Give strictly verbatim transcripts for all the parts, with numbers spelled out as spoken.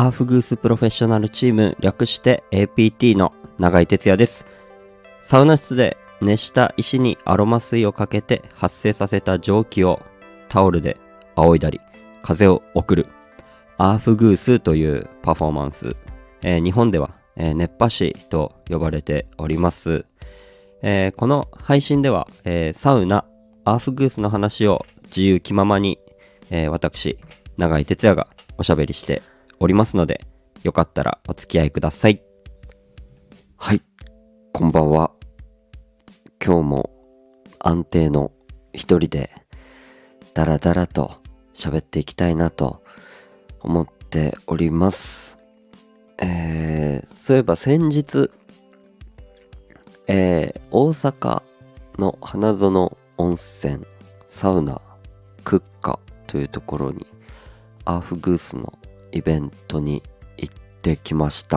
アーフグースプロフェッショナルチーム、略して エーピーティー の永井哲也です。サウナ室で熱した石にアロマ水をかけて発生させた蒸気をタオルで仰いだり風を送るアーフグースというパフォーマンス、えー、日本では、えー、熱波師と呼ばれております。えー、この配信では、えー、サウナアーフグースの話を自由気ままに、えー、私永井哲也がおしゃべりしておりますので、よかったらお付き合いください。はい、こんばんは。今日も安定の一人でダラダラと喋っていきたいなと思っております。えー、そういえば先日、えー、大阪の花園温泉サウナクッカというところにアーフグースのイベントに行ってきました。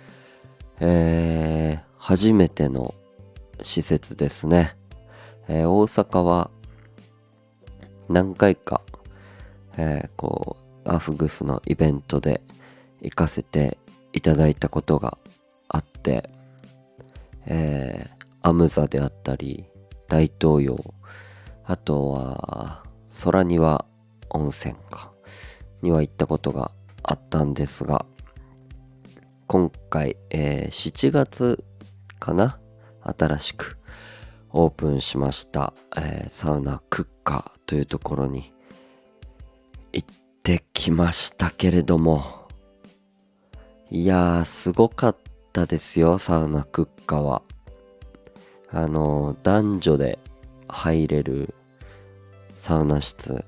えー、初めての施設ですね。えー、大阪は何回か、えー、こうアーフグースのイベントで行かせていただいたことがあって、えー、アムザであったり大東洋、あとは空庭温泉かには行ったことがあったんですが、今回、えー、しちがつかな、新しくオープンしました、えー、サウナクッカというところに行ってきましたけれども、いやーすごかったですよ。サウナクッカはあのー、男女で入れるサウナ室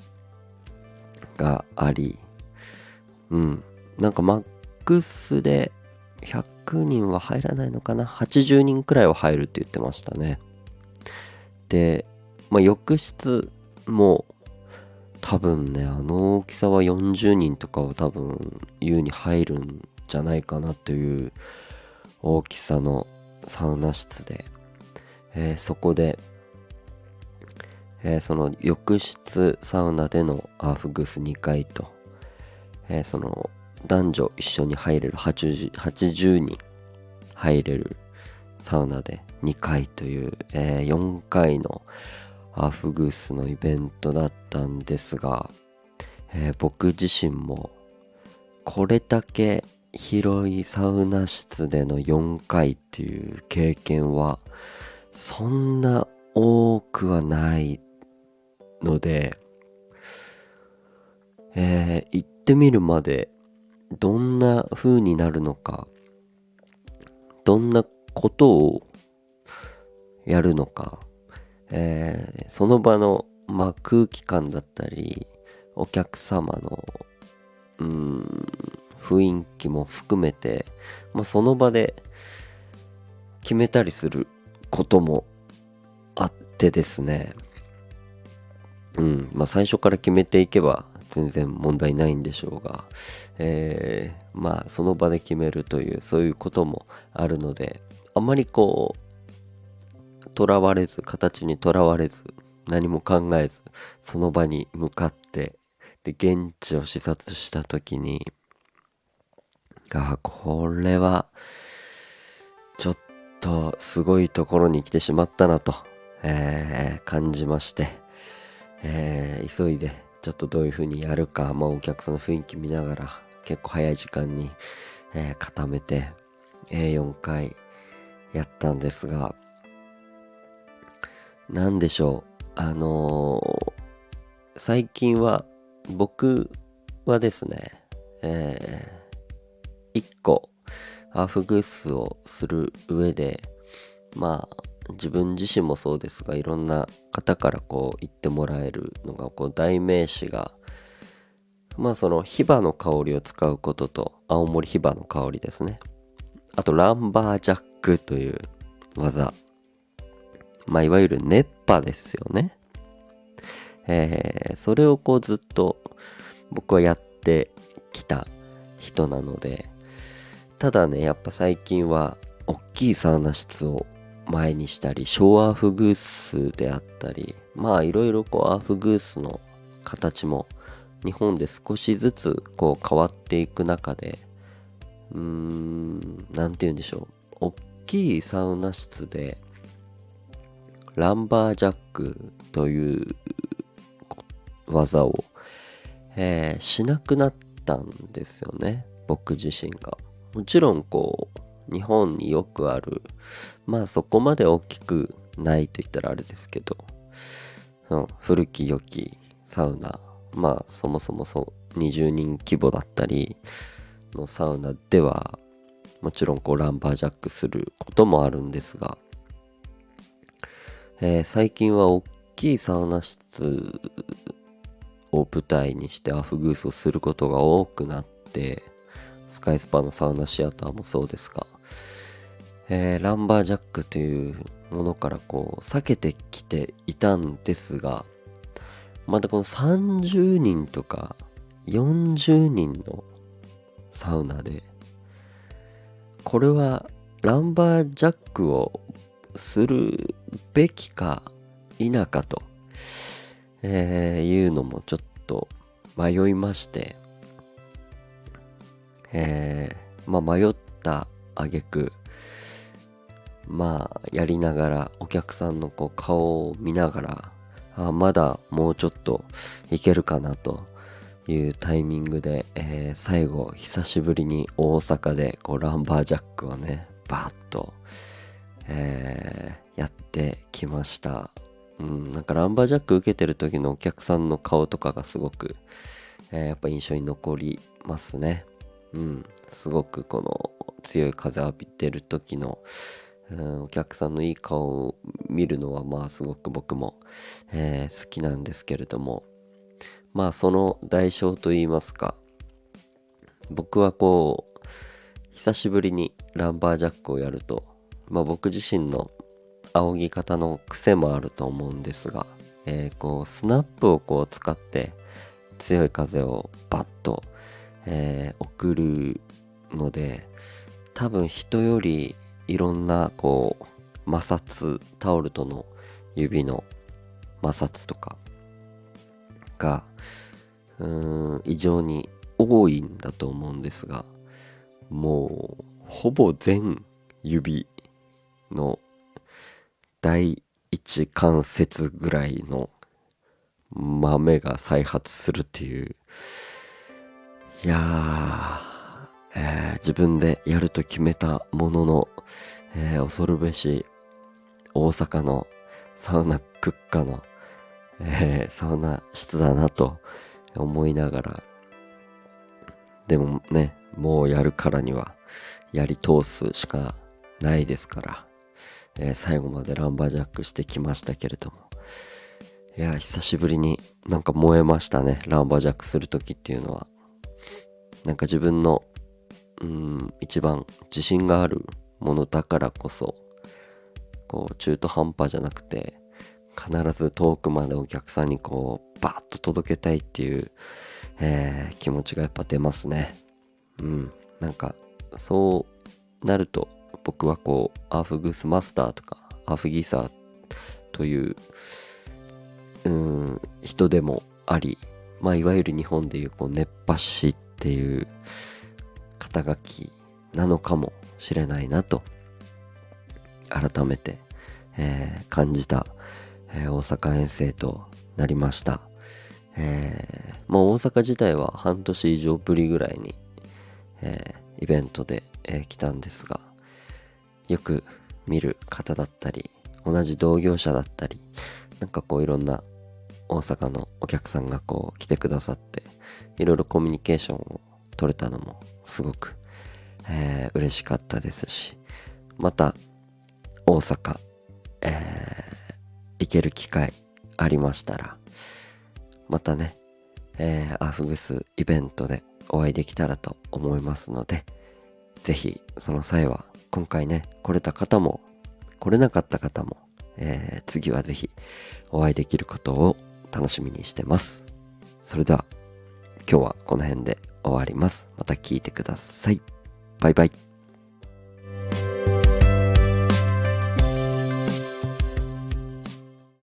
があり、うんなんかマックスでひゃくにんは入らないのかな、はちじゅうにんくらいは入るって言ってましたね。で、まあ、浴室も多分ね、あの大きさはよんじゅうにんとかは多分優に入るんじゃないかなという大きさのサウナ室で、えー、そこで、えー、その浴室サウナでのアーフグースにかいと、えー、その男女一緒に入れるはちじゅう、はちじゅうにん入れるサウナでにかいという、えー、よんかいのアーフグースのイベントだったんですが、えー、僕自身もこれだけ広いサウナ室でのよんかいっていう経験はそんな多くはないので、えー、行ってみるまでどんな風になるのか、どんなことをやるのか、えー、その場の、まあ、空気感だったりお客様のうーん雰囲気も含めて、まあ、その場で決めたりすることもあってですね、うんまあ、最初から決めていけば全然問題ないんでしょうが、えー、まあその場で決めるというそういうこともあるので、あんまりこうとらわれず、形にとらわれず、何も考えずその場に向かって、で現地を視察した時に、あこれはちょっとすごいところに来てしまったなと、えー、感じまして、えー、急いでちょっとどういう風にやるか、まあ、お客さんの雰囲気見ながら結構早い時間に、えー、固めて、えー、よんかいやったんですが、なんでしょう、あのー、最近は僕はですね、えー、いっこアーフグースをする上で、まあ自分自身もそうですが、いろんな方からこう言ってもらえるのが、こう代名詞が、まあそのヒバの香りを使うことと、青森ヒバの香りですね、あとランバージャックという技、まあいわゆる熱波ですよね。えー、それをこうずっと僕はやってきた人なので、ただね、やっぱ最近は大きいサウナ室を前にしたり、小アーフグースであったり、まあいろいろこうアーフグースの形も日本で少しずつこう変わっていく中で、うーん、なんて言うんでしょう。大きいサウナ室で、ランバージャックという技を、えーしなくなったんですよね。僕自身が。もちろんこう、日本によくある、まあそこまで大きくないと言ったらあれですけど、うん、古き良きサウナ、まあそもそもそうにじゅうにん規模だったりのサウナでは、もちろんこうランバージャックすることもあるんですが、えー最近は大きいサウナ室を舞台にしてアフグースをすることが多くなって、スカイスパのサウナシアターもそうですが、えーランバージャックというものからこう避けてきていたんですが、またこのさんじゅうにんとかよんじゅうにんのサウナで、これはランバージャックをするべきか否かと、えーいうのもちょっと迷いまして、えーまあ迷った挙句、まあやりながらお客さんのこう顔を見ながら、あまだもうちょっといけるかなというタイミングで、えー最後久しぶりに大阪でこうランバージャックをねバーッと、えーやってきました。うん、なんかランバージャック受けてる時のお客さんの顔とかがすごく、えーやっぱ印象に残りますね。うん、すごくこの強い風浴びてる時の、うん、お客さんのいい顔を見るのはまあすごく僕も、えー好きなんですけれども、まあその代償といいますか、僕はこう久しぶりにランバージャックをやると、まあ僕自身の仰ぎ方の癖もあると思うんですが、えーこうスナップをこう使って強い風をバッと、えー送るので、多分人よりいろんなこう摩擦、タオルとの指の摩擦とかがうーん異常に多いんだと思うんですが、もうほぼ全指の第一関節ぐらいの豆が再発するっていう、いやー、えー自分でやると決めたものの、えー恐るべし大阪のサウナクッカの、えーサウナ室だなと思いながら、でもね、もうやるからにはやり通すしかないですから、えー最後までランバージャックしてきましたけれども、いや久しぶりになんか燃えましたね。ランバージャックするときっていうのは、なんか自分のうーん一番自信があるものだからこそ、こう中途半端じゃなくて必ず遠くまでお客さんにこうバーッと届けたいっていう、えー気持ちがやっぱ出ますね。うん、なんかそうなると僕はこうアーフグースマスターとかアーフギーサーといううーん人でもあり、まあいわゆる日本でいうこう熱波師っていう肩書きなのかもしれないなと改めて、えー感じた、えー大阪遠征となりました。えー、もう大阪自体は半年以上ぶりぐらいに、えーイベントで、えー来たんですが、よく見る方だったり同じ同業者だったり、なんかこういろんな大阪のお客さんがこう来てくださって、いろいろコミュニケーションを取れたのもすごく、えー嬉しかったですし、また大阪、えー行ける機会ありましたら、またね、えーアーフグスイベントでお会いできたらと思いますので、ぜひその際は今回ね来れた方も来れなかった方も、えー次はぜひお会いできることを楽しみにしてます。それでは今日はこの辺で終わります。また聞いてください。バイバイ。